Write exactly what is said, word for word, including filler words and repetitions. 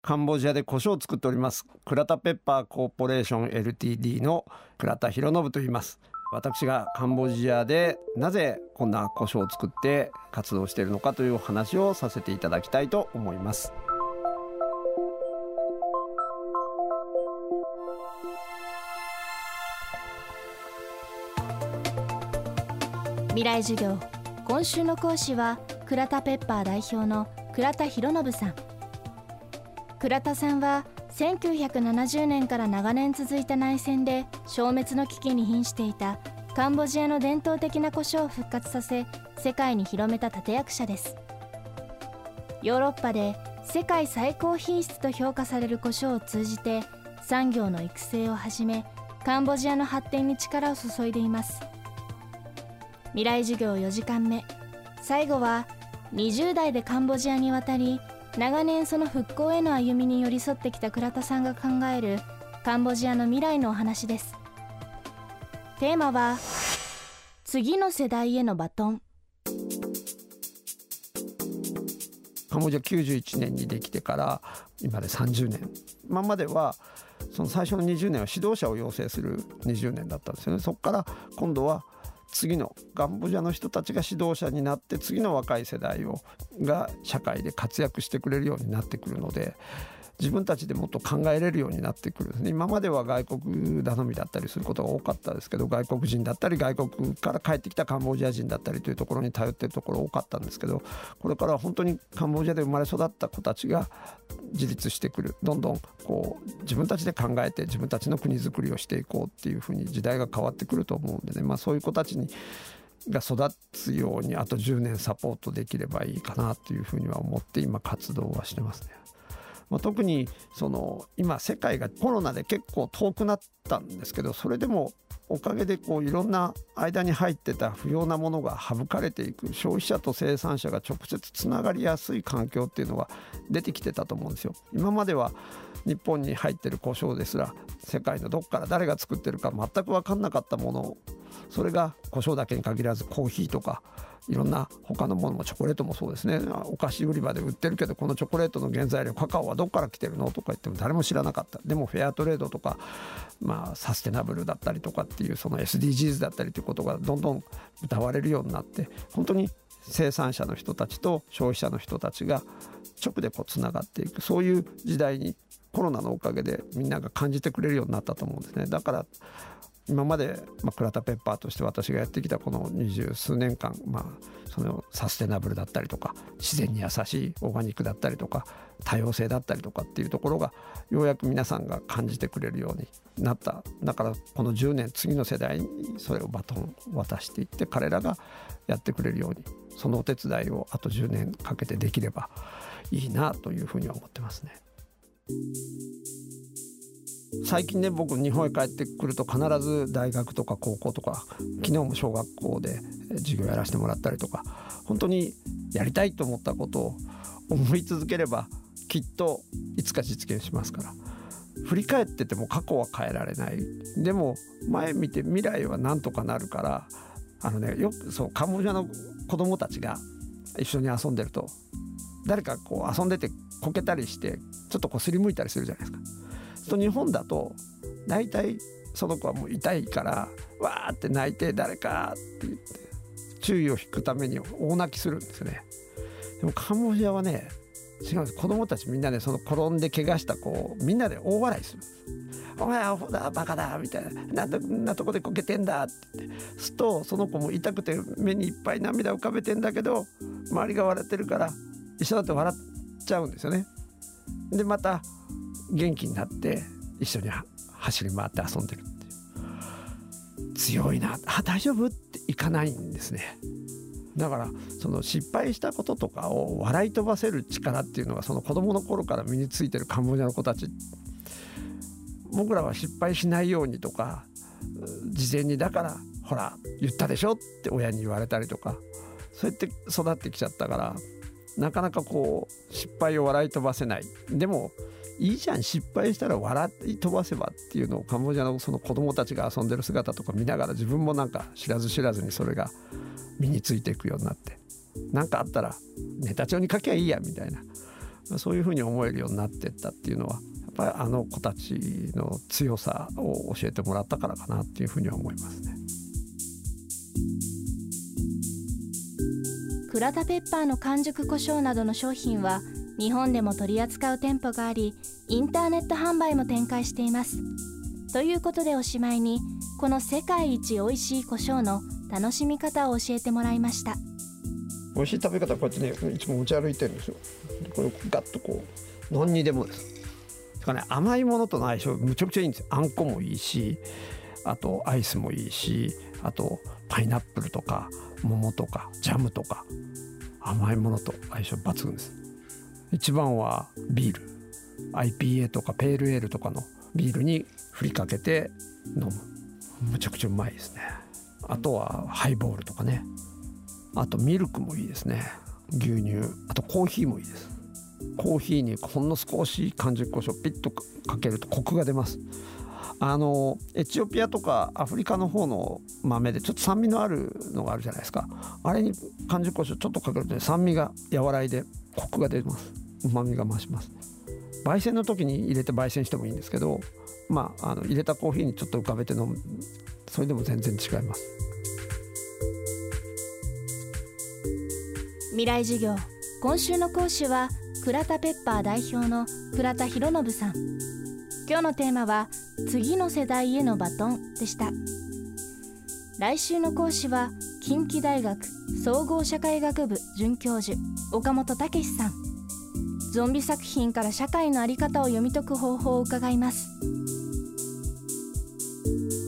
カンボジアで胡椒を作っております倉田ペッパーコーポレーション エルティーディー の倉田博信と言います。私がカンボジアでなぜこんな胡椒を作って活動しているのかというお話をさせていただきたいと思います。 未来授業、今週の講師は倉田ペッパー代表の倉田博信さん。倉田さんはせんきゅうひゃくななじゅうねんから長年続いた内戦で消滅の危機に瀕していたカンボジアの伝統的な胡椒を復活させ、世界に広めた立役者です。ヨーロッパで世界最高品質と評価される胡椒を通じて産業の育成をはじめ、カンボジアの発展に力を注いでいます。未来授業よじかんめ、最後はにじゅう代でカンボジアに渡り、長年その復興への歩みに寄り添ってきた倉田さんが考えるカンボジアの未来のお話です。テーマは次の世代へのバトン。 カンボジアきゅうじゅういちねんにできてから今でさんじゅうねん、今まではその最初のにじゅうねんは指導者を養成するにじゅうねんだったんですよね。そこから今度は次のカンボジアの人たちが指導者になって、次の若い世代をが社会で活躍してくれるようになってくるので、自分たちでもっと考えれるようになってくるんですね。今までは外国頼みだったりすることが多かったですけど、外国人だったり外国から帰ってきたカンボジア人だったりというところに頼っているところ多かったんですけど、これからは本当にカンボジアで生まれ育った子たちが自立してくる、どんどんこう自分たちで考えて自分たちの国づくりをしていこうっていうふうに時代が変わってくると思うんでね、まあ、そういう子たちにが育つようにあとじゅうねんサポートできればいいかなというふうには思って今活動はしてますね。まあ、特にその今世界がコロナで結構遠くなったんですけど、それでもおかげでこういろんな間に入ってた不要なものが省かれていく、消費者と生産者が直接つながりやすい環境っていうのが出てきてたと思うんですよ。今までは日本に入ってる胡椒ですら世界のどこから誰が作ってるか全く分かんなかったもの、それが胡椒だけに限らずコーヒーとかいろんな他のものもチョコレートもそうですね。お菓子売り場で売ってるけど、このチョコレートの原材料カカオはどこから来てるのとか言っても誰も知らなかった。でもフェアトレードとか、まあ、サステナブルだったりとかっていうその エスディージーズ だったりということがどんどん謳われるようになって、本当に生産者の人たちと消費者の人たちが直でこうつながっていく、そういう時代にコロナのおかげでみんなが感じてくれるようになったと思うんですね。だから今まで、まあ、倉田ペッパーとして私がやってきたこの二十数年間、まあ、そのサステナブルだったりとか自然に優しいオーガニックだったりとか多様性だったりとかっていうところがようやく皆さんが感じてくれるようになった。だからこのじゅうねん次の世代にそれをバトンを渡していって、彼らがやってくれるように、そのお手伝いをあとじゅうねんかけてできればいいなというふうに思ってますね。最近ね、僕日本へ帰ってくると必ず大学とか高校とか、昨日も小学校で授業やらせてもらったりとか、本当にやりたいと思ったことを思い続ければきっといつか実現しますから。振り返ってても過去は変えられない。でも前見て未来はなんとかなるから、あのね、よくそうカンボジアの子供たちが一緒に遊んでると、誰かこう遊んでてこけたりしてちょっとこうすりむいたりするじゃないですか。と日本だと大体その子はもう痛いからわーって泣いて誰かって言って注意を引くために大泣きするんですね。でもカンボジアはね違うんです。子供たちみんなでその転んで怪我した子をみんなで大笑いするんです。お前アホだバカだみたいな、なんでこんなとこでこけてんだって言ってすると、その子も痛くて目にいっぱい涙浮かべてんだけど周りが笑ってるから一緒だって笑っちゃうんですよね。でまた元気になって一緒に走り回って遊んでるっていう、強いなあ大丈夫っていかないんですね。だからその失敗したこととかを笑い飛ばせる力っていうのがその子供の頃から身についてるカンボジアの子たち、僕らは失敗しないようにとか事前にだからほら言ったでしょって親に言われたりとか、そうやって育ってきちゃったからなかなかこう失敗を笑い飛ばせない。でもいいじゃん失敗したら笑い飛ばせばっていうのをカンボジアのその子供たちが遊んでる姿とか見ながら自分もなんか知らず知らずにそれが身についていくようになって、なんかあったらネタ帳に書きゃいいやみたいな、 そういうふうに思えるようになっていったっていうのはやっぱりあの子たちの強さを教えてもらったからかなっていうふうには思いますね。 倉田ペッパーの完熟胡椒などの商品は日本でも取り扱う店舗があり、インターネット販売も展開しています。ということでおしまいに、この世界一おいしい胡椒の楽しみ方を教えてもらいました。 美味しい食べ方はこうやってね、いつも持ち歩いてるんですよ。これガッとこう何にでもです。だからね、甘いものとの相性むちゃくちゃいいんですよ。あんこもいいし、あとアイスもいいし、あとパイナップルとか桃とかジャムとか甘いものと相性抜群です。一番はビール、 アイピーエー とかペールエールとかのビールに振りかけて飲む。むちゃくちゃうまいですね。あとはハイボールとかね、あとミルクもいいですね。牛乳、あとコーヒーもいいです。コーヒーにほんの少し完熟胡椒ピッとかけるとコクが出ます。あのエチオピアとかアフリカの方の豆でちょっと酸味のあるのがあるじゃないですか。あれに完熟胡椒ちょっとかけると、ね、酸味が和らいでコクが出ます。旨味が増します。焙煎の時に入れて焙煎してもいいんですけど、まあ、あの入れたコーヒーにちょっと浮かべて飲む、それでも全然違います。 未来授業、今週の講師は倉田ペッパー代表の倉田博信さん。今日のテーマは次の世代へのバトンでした。来週の講師は近畿大学総合社会学部准教授岡本武さん。ゾンビ作品から社会の在り方を読み解く方法を伺います。